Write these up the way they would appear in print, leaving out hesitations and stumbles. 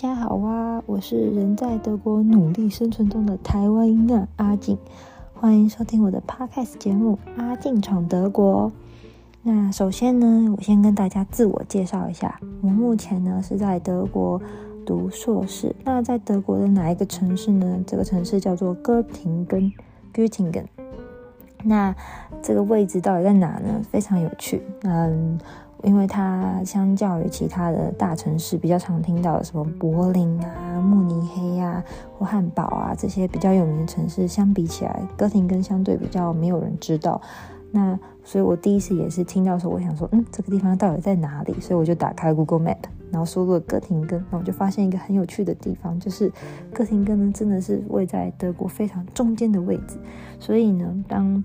家好啊，我是人在德国努力生存中的台湾音娜阿静，欢迎收听我的 Podcast 节目阿静闯德国。那首先呢，我先跟大家自我介绍一下，我目前呢是在德国读硕士。那在德国的哪一个城市呢？这个城市叫做Göttingen。那这个位置到底在哪呢？非常有趣。因为它相较于其他的大城市比较常听到的什么柏林啊、慕尼黑啊或汉堡啊这些比较有名的城市相比起来，哥廷根相对比较没有人知道。那所以我第一次也是听到的时候，我想说这个地方到底在哪里，所以我就打开 Google Map， 然后输入了哥廷根，然后我就发现一个很有趣的地方，就是哥廷根呢真的是位在德国非常中间的位置。所以呢当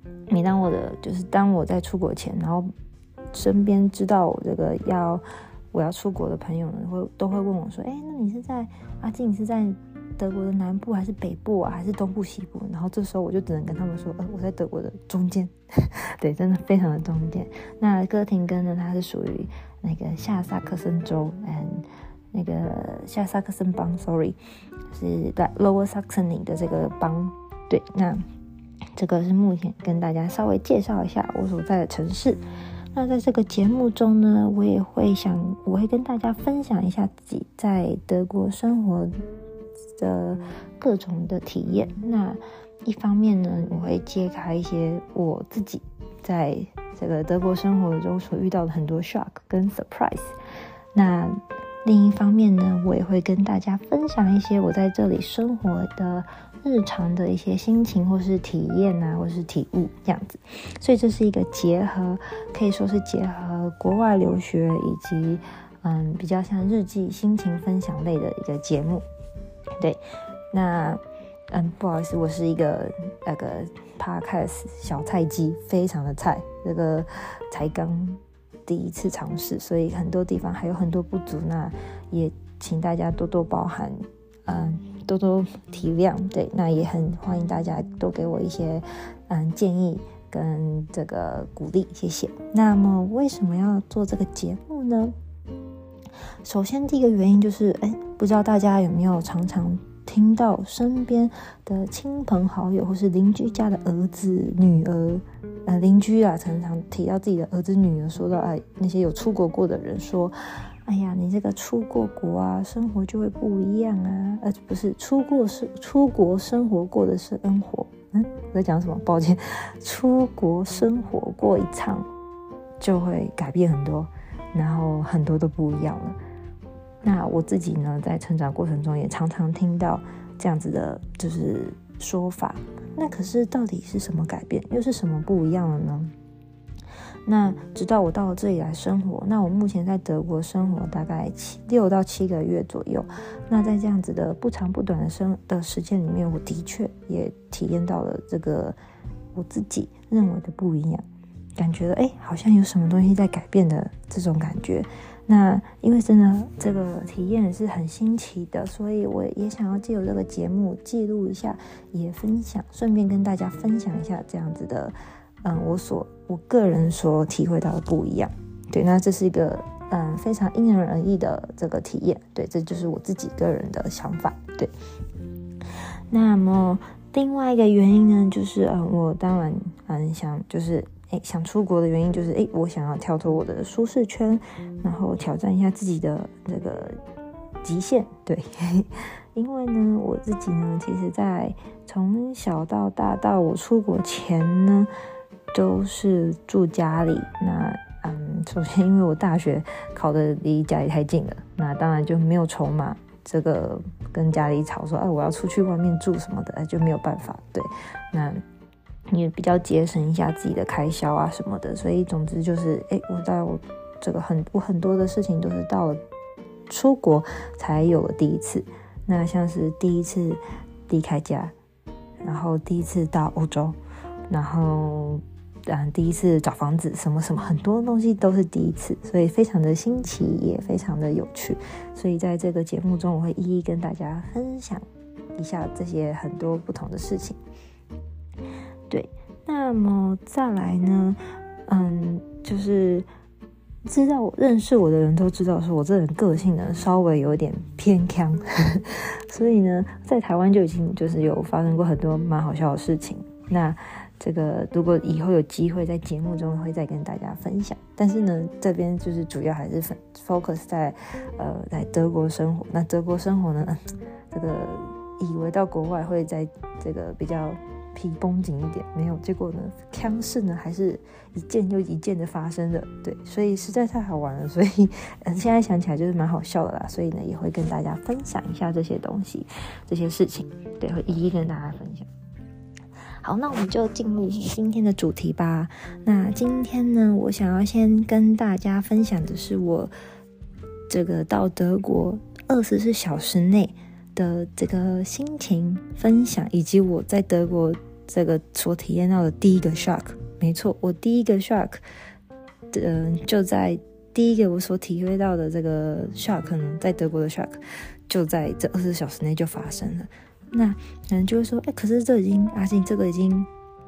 我在出国前，然后身边知道我要出国的朋友呢，都会问我说，那你是在阿静，你是在德国的南部还是北部啊，还是东部西部？然后这时候我就只能跟他们说，我在德国的中间，对，真的非常的中间。那哥廷根呢，它是属于那个下萨克森州，那个下萨克森邦 ，sorry， 是 Lower Saxony 的这个邦，对，那这个是目前跟大家稍微介绍一下我所在的城市。那在这个节目中呢，我会跟大家分享一下自己在德国生活的各种的体验。那一方面呢，我会揭开一些我自己在这个德国生活中所遇到的很多 shock 跟 surprise。那另一方面呢，我也会跟大家分享一些我在这里生活的日常的一些心情或是体验啊，或是体悟这样子。所以这是一个可以说是结合国外留学以及比较像日记心情分享类的一个节目。对，那不好意思，我是一个podcast 小菜鸡，非常的菜，这个才刚第一次尝试，所以很多地方还有很多不足，那也请大家多多包涵，多多体谅。对，那也很欢迎大家多给我一些建议跟这个鼓励，谢谢。那么为什么要做这个节目呢？首先第一个原因就是不知道大家有没有常常听到身边的亲朋好友或是邻居家的儿子女儿，邻居啊常常提到自己的儿子女儿，说到那些有出国过的人说，哎呀，你这个出过国啊，生活就会不一样啊，不是出国生活过的是生活，我在讲什么？抱歉，出国生活过一趟就会改变很多，然后很多都不一样了。那我自己呢，在成长过程中也常常听到这样子的就是说法。那可是到底是什么改变，又是什么不一样了呢？那直到我到了这里来生活，那我目前在德国生活大概6到7个月左右。那在这样子的不长不短的时间里面，我的确也体验到了这个我自己认为的不一样，感觉到好像有什么东西在改变的这种感觉。那因为真的这个体验是很新奇的，所以我也想要借由这个节目记录一下，也分享，顺便跟大家分享一下这样子的我个人所体会到的不一样。对，那这是一个非常因人而异的这个体验。对，这就是我自己个人的想法。对，那么另外一个原因呢，就是我当然想出国的原因就是我想要跳脱我的舒适圈，然后挑战一下自己的这个极限。对，因为呢我自己呢，其实在从小到大到我出国前呢，都是住家里。那首先因为我大学考得离家里太近了，那当然就没有筹码，这个跟家里吵说我要出去外面住什么的，就没有办法。对，那也比较节省一下自己的开销啊什么的。所以总之就是我很多的事情都是到了出国才有了第一次。那像是第一次离开家，然后第一次到欧洲，然后第一次找房子，什么很多东西都是第一次，所以非常的新奇，也非常的有趣。所以在这个节目中，我会一一跟大家分享一下这些很多不同的事情。对，那么再来呢，就是认识我的人都知道说我这人个性呢稍微有点偏强所以呢在台湾就已经就是有发生过很多蛮好笑的事情。那这个如果以后有机会在节目中会再跟大家分享，但是呢这边就是主要还是 focus 在德国生活。那德国生活呢这个以为到国外会在这个比较皮绷紧一点，没有，结果呢腔事呢还是一件又一件的发生的，对，所以实在太好玩了，所以现在想起来就是蛮好笑的啦，所以呢也会跟大家分享一下这些东西这些事情，对，会一一跟大家分享。好，那我们就进入今天的主题吧。那今天呢我想要先跟大家分享的是我这个到德国24小时内的这个心情分享，以及我在德国这个所体验到的第一个 shock。 没错，我第一个 shock 就在第一个我所体会到的这个 shock 呢，在德国的 shock 就在这24小时内就发生了。那有人就会说可是这阿信这个已经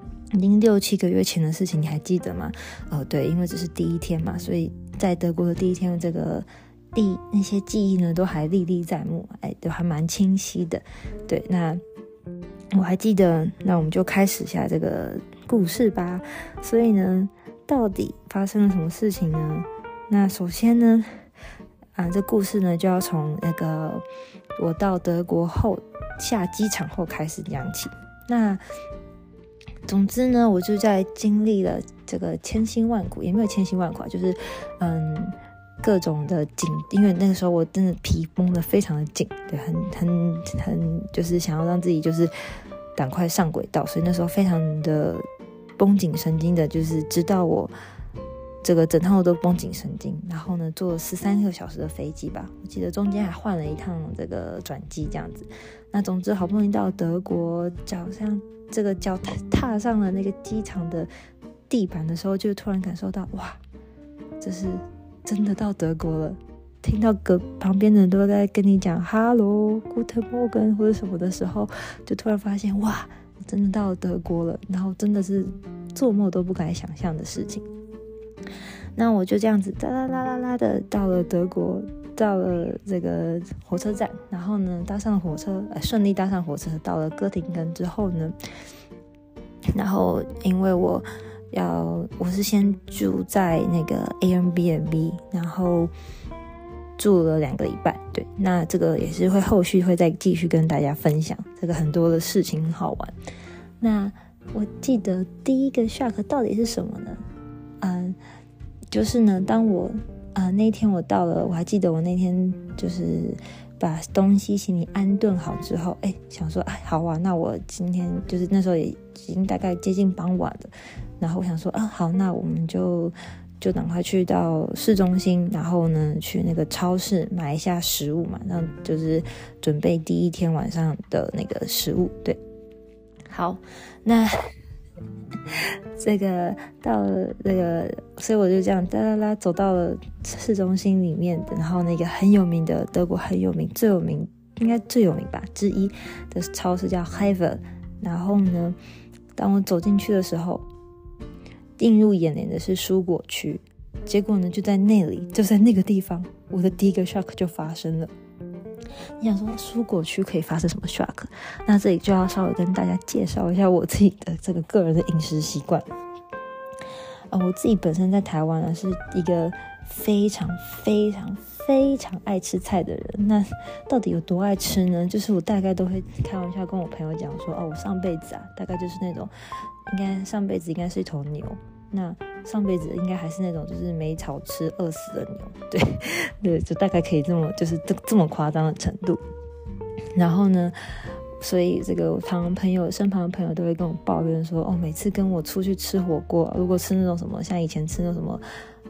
6-7个月前的事情，你还记得吗？对，因为这是第一天嘛，所以在德国的第一天这个那些记忆呢都还历历在目，都还蛮清晰的。对，那我还记得，那我们就开始一下这个故事吧。所以呢到底发生了什么事情呢？那首先呢这故事呢就要从那个我到德国后下机场后开始讲起。那总之呢我就在经历了这个千辛万苦，也没有千辛万苦就是各种的紧，因为那个时候我真的皮绷得非常的紧，对，很就是想要让自己就是赶快上轨道，所以那时候非常的绷紧神经的，就是直到我这个整趟都绷紧神经，然后呢坐了13个小时的飞机吧，我记得中间还换了一趟这个转机这样子。那总之好不容易到德国，脚踏上了那个机场的地板的时候，就突然感受到哇，这是真的到德国了。听到旁边的人都在跟你讲 Hello Guten Morgen 或者什么的时候，就突然发现哇，我真的到了德国了，然后真的是做梦都不敢想象的事情。那我就这样子啦啦啦啦的到了德国，到了这个火车站，然后呢搭上火车，顺利搭上火车到了哥廷根之后呢，然后因为我是先住在那个 Airbnb， 然后住了2个礼拜，对，那这个也是后续会再继续跟大家分享，这个很多的事情很好玩。那我记得第一个 shock 到底是什么呢？就是呢当我那天我到了，我还记得我那天就是把东西行李安顿好之后，想说好啊，那我今天就是那时候也已经大概接近傍晚了，然后我想说好，那我们就赶快去到市中心，然后呢去那个超市买一下食物嘛，然后就是准备第一天晚上的那个食物。对，好，那这个到了这个，所以我就这样哒啦啦走到了市中心里面的，然后那个很有名的德国很有名最有名应该最有名吧之一的超市叫 Rewe。 然后呢当我走进去的时候，映入眼帘的是蔬果区，结果呢就在那个地方，我的第一个 shock 就发生了。你想说蔬果区可以发生什么 shock？ 那这里就要稍微跟大家介绍一下我自己的这个个人的饮食习惯。我自己本身在台湾呢是一个非常非常非常爱吃菜的人。那到底有多爱吃呢？就是我大概都会开玩笑跟我朋友讲说我上辈子大概就是那种上辈子应该是一头牛，那上辈子应该还是那种就是没草吃饿死的牛，对，就大概可以就是这么夸张的程度。然后呢所以这个身旁的朋友都会跟我抱怨说每次跟我出去吃火锅，如果吃那种什么像以前吃那种什么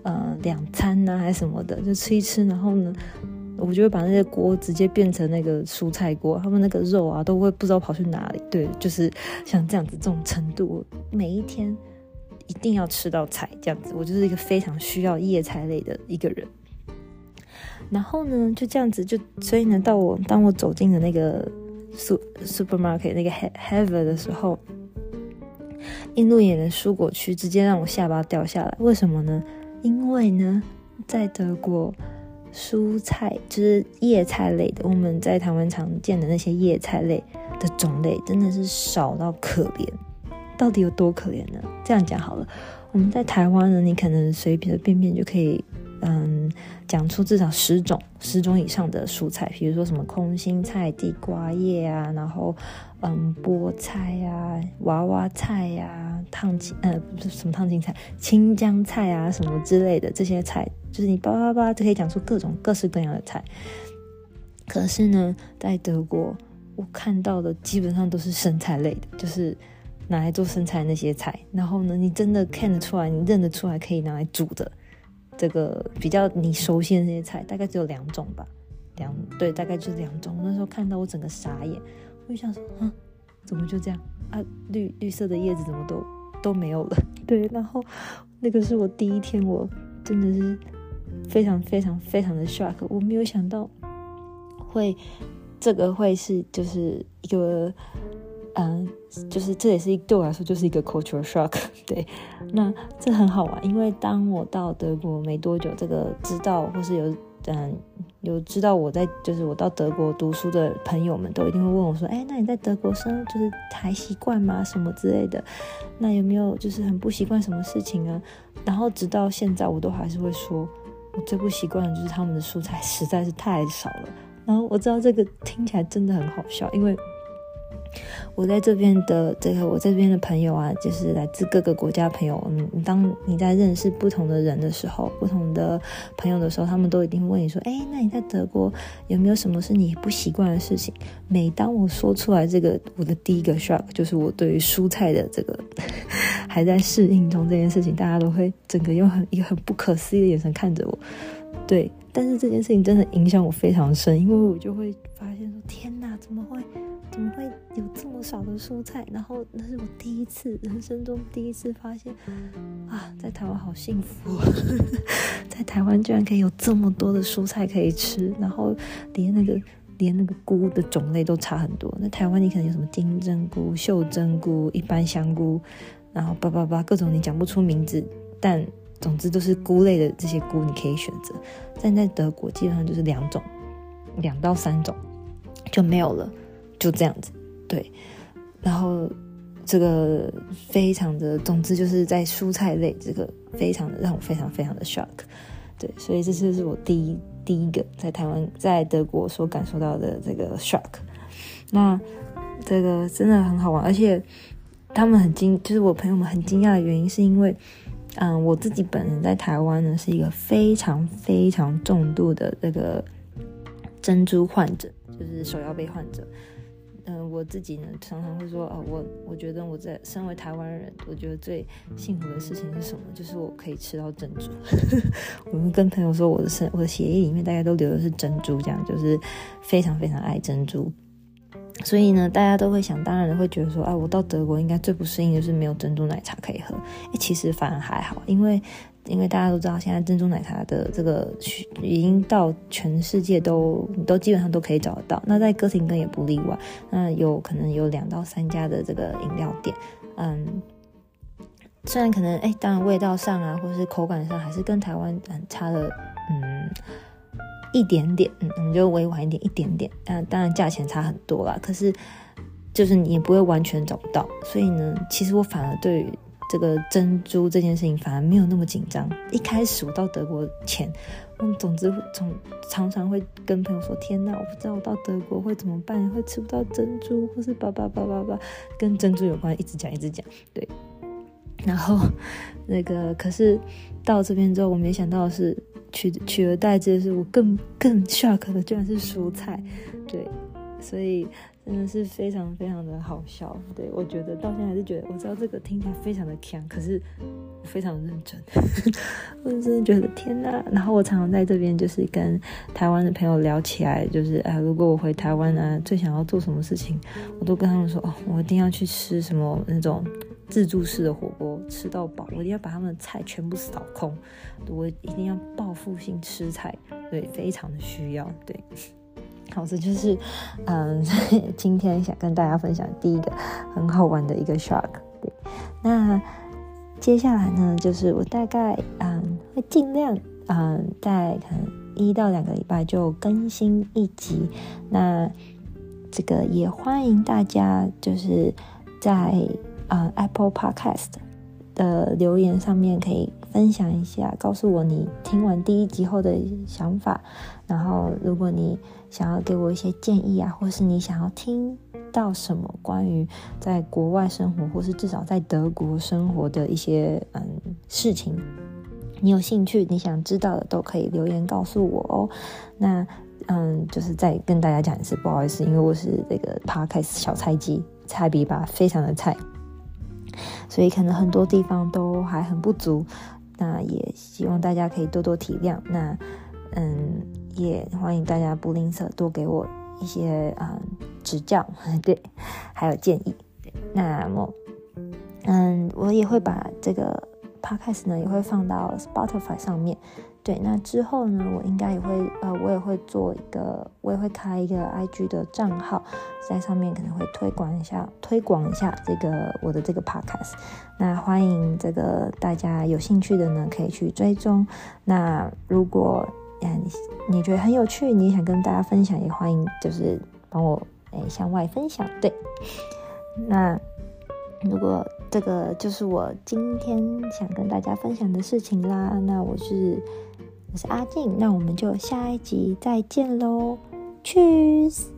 2餐还是什么的，就吃一吃，然后呢我就会把那些锅直接变成那个蔬菜锅，他们那个肉都会不知道跑去哪里。对，就是像这样子这种程度，我每一天一定要吃到菜这样子，我就是一个非常需要叶菜类的一个人。然后呢就这样子所以呢当我走进了那个supermarket 那个 Rewe 的时候，映入眼的蔬果区直接让我下巴掉下来。为什么呢？因为呢在德国蔬菜就是叶菜类的，我们在台湾常见的那些叶菜类的种类真的是少到可怜。到底有多可怜呢？这样讲好了，我们在台湾呢，你可能随便便就可以讲出至少10种以上的蔬菜，比如说什么空心菜、地瓜叶啊，然后菠菜啊、娃娃菜啊、不是什么烫青菜、青江菜啊什么之类的，这些菜就是你叭就可以讲出各式各样的菜。可是呢，在德国我看到的基本上都是生菜类的，就是拿来做生菜那些菜，然后呢，你真的看得出来，你认得出来可以拿来煮的这个比较你熟悉的那些菜，大概只有2种吧，对，大概就是2种。我那时候看到我整个傻眼，我就想说怎么就这样啊？绿色的叶子怎么都没有了？对，然后那个是我第一天，我真的是非常非常非常的 shock， 我没有想到这个会是就是一个就是这也是对我来说就是一个 cultural shock。 对，那这很好玩，因为当我到德国没多久，这个知道或是有知道我到德国读书的朋友们都一定会问我说，那你在德国生就是还习惯吗什么之类的，那有没有就是很不习惯什么事情啊？然后直到现在我都还是会说，我最不习惯的就是他们的蔬菜实在是太少了。然后我知道这个听起来真的很好笑，因为我在这边的朋友啊，就是来自各个国家的朋友，当你在认识不同的人的时候，不同的朋友的时候，他们都一定会问你说，那你在德国有没有什么是你不习惯的事情？每当我说出来这个，我的第一个 shock 就是我对于蔬菜的这个还在适应中这件事情，大家都会整个用一个很不可思议的眼神看着我。对，但是这件事情真的影响我非常深，因为我就会发现说，天哪，怎么会有这么少的蔬菜？然后那是我人生中第一次发现在台湾好幸福在台湾居然可以有这么多的蔬菜可以吃，然后连那个菇的种类都差很多。那台湾你可能有什么金针菇、秀珍菇、一般香菇，然后各种你讲不出名字，但总之都是菇类的这些菇你可以选择。但在德国基本上就是2到3种就没有了，就这样子。对，然后这个非常的，总之就是在蔬菜类这个非常的让我非常非常的 shock。 对，所以这就是我第一个在德国所感受到的这个 shock。 那这个真的很好玩，而且他们就是我朋友们很惊讶的原因是因为我自己本人在台湾呢是一个非常非常重度的这个珍珠患者，就是手摇杯患者。我自己呢常常会说我觉得我在身为台湾人，我觉得最幸福的事情是什么？就是我可以吃到珍珠我们跟朋友说我的血液里面大概都流的是珍珠，这样就是非常非常爱珍珠。所以呢大家都会想当然的会觉得说我到德国应该最不适应的就是没有珍珠奶茶可以喝。其实反而还好，因为大家都知道现在珍珠奶茶的这个已经到全世界都基本上都可以找得到，那在哥廷根也不例外。那可能有2到3家的这个饮料店，虽然可能当然味道上啊或是口感上还是跟台湾差了一点点，就委婉一点点，当然价钱差很多啦，可是就是你也不会完全找不到。所以呢其实我反而对于这个珍珠这件事情反而没有那么紧张。一开始我到德国前，总之常常会跟朋友说，天哪，我不知道我到德国会怎么办，会吃不到珍珠，或是跟珍珠有关，一直讲。对，然后可是到这边之后，我没想到的是取而代之的是我更 shock 的居然是蔬菜。对，所以真的是非常非常的好笑。对，我觉得到现在还是觉得，我知道这个听起来非常的强，可是我非常的认真我真的觉得天哪。然后我常常在这边就是跟台湾的朋友聊起来，就是如果我回台湾最想要做什么事情，我都跟他们说我一定要去吃什么那种自助式的火锅，吃到饱，我一定要把他们的菜全部扫空，我一定要报复性吃菜。对，非常的需要。对，好，这就是今天想跟大家分享第一个很好玩的一个 shock。 对，那接下来呢就是我大概会尽量在可能1到2个礼拜就更新一集。那这个也欢迎大家就是在Apple Podcast 的留言上面可以分享一下，告诉我你听完第1集后的想法。然后如果你想要给我一些建议啊，或是你想要听到什么关于在国外生活，或是至少在德国生活的一些事情，你有兴趣你想知道的都可以留言告诉我哦。那就是再跟大家讲一次，不好意思，因为我是这个 Podcast 小菜鸡，菜比吧，非常的菜，所以可能很多地方都还很不足。那也希望大家可以多多体谅。那也欢迎大家不吝啬多给我一些指教，对，还有建议。对，那么我也会把这个 podcast 呢也会放到 Spotify 上面。对，那之后呢，我应该也会我也会我也会开一个 IG 的账号，在上面可能会推广一下这个我的这个 podcast。那欢迎这个大家有兴趣的呢，可以去追踪。那如果你觉得很有趣，你想跟大家分享，也欢迎就是帮我向外分享。对，那如果这个就是我今天想跟大家分享的事情啦，那我是阿静，那我们就下一集再见咯，Cheers。